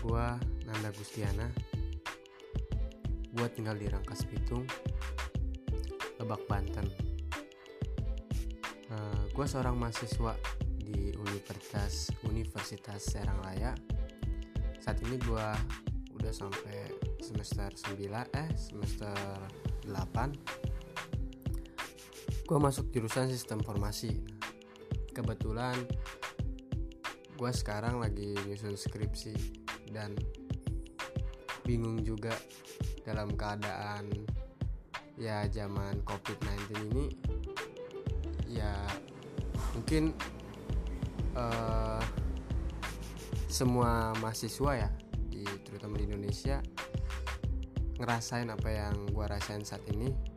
Gua Nanda Gustiana. Gua tinggal di Rangkas Bitung, Lebak, Banten. Gua seorang mahasiswa di Universitas Serang Raya. Saat ini gua udah sampai semester 8. Gua masuk jurusan Sistem Informasi. Kebetulan gua sekarang lagi nyusun skripsi dan bingung juga dalam keadaan zaman COVID-19 ini. Mungkin semua mahasiswa terutama di Indonesia ngerasain apa yang gua rasain saat ini.